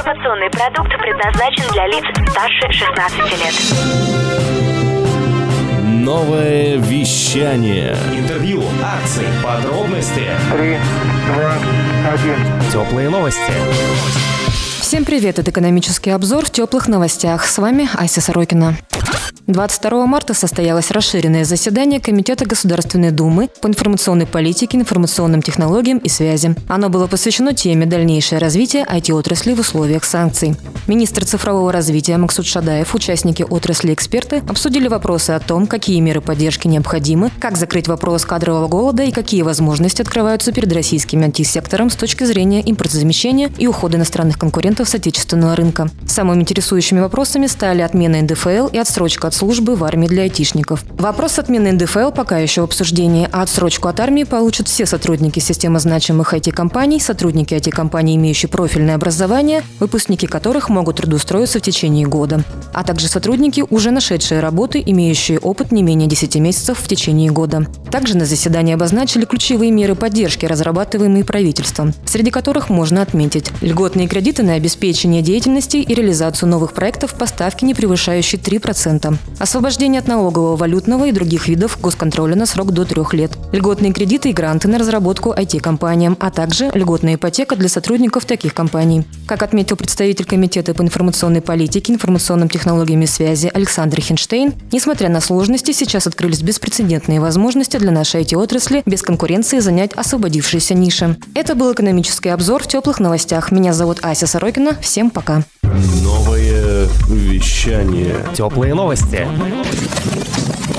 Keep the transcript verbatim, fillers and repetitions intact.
Информационный продукт предназначен для лиц старше шестнадцати лет. Новое вещание. Интервью, акции, подробности. Три, два, один. Теплые новости. Всем привет, это экономический обзор в теплых новостях. С вами Ася Сорокина. двадцать второго марта состоялось расширенное заседание Комитета Государственной Думы по информационной политике, информационным технологиям и связи. Оно было посвящено теме «Дальнейшее развитие ай ти-отрасли в условиях санкций». Министр цифрового развития Максут Шадаев, участники отрасли и эксперты обсудили вопросы о том, какие меры поддержки необходимы, как закрыть вопрос кадрового голода и какие возможности открываются перед российским ай ти-сектором с точки зрения импортозамещения и ухода иностранных конкурентов с отечественного рынка. Самыми интересующими вопросами стали отмена эн дэ эф эл и отсрочка от службы в армии для айтишников. Вопрос отмены эн дэ эф эл пока еще в обсуждении, а отсрочку от армии получат все сотрудники системы значимых ай ти-компаний, сотрудники ай ти-компаний, имеющие профильное образование, выпускники которых могут трудоустроиться в течение года, а также сотрудники, уже нашедшие работы, имеющие опыт не менее десяти месяцев в течение года. Также на заседании обозначили ключевые меры поддержки, разрабатываемые правительством, среди которых можно отметить льготные кредиты на обеспечение деятельности и реализацию новых проектов по ставке, не превышающей три процента. Освобождение от налогового, валютного и других видов госконтроля на срок до трех лет. Льготные кредиты и гранты на разработку ай ти-компаниям, а также льготная ипотека для сотрудников таких компаний. Как отметил представитель Комитета по информационной политике, информационным технологиям и связи Александр Хинштейн, несмотря на сложности, сейчас открылись беспрецедентные возможности для нашей ай ти-отрасли без конкуренции занять освободившиеся ниши. Это был экономический обзор в теплых новостях. Меня зовут Ася Сорокина. Всем пока. Новое вещание. Теплые новости.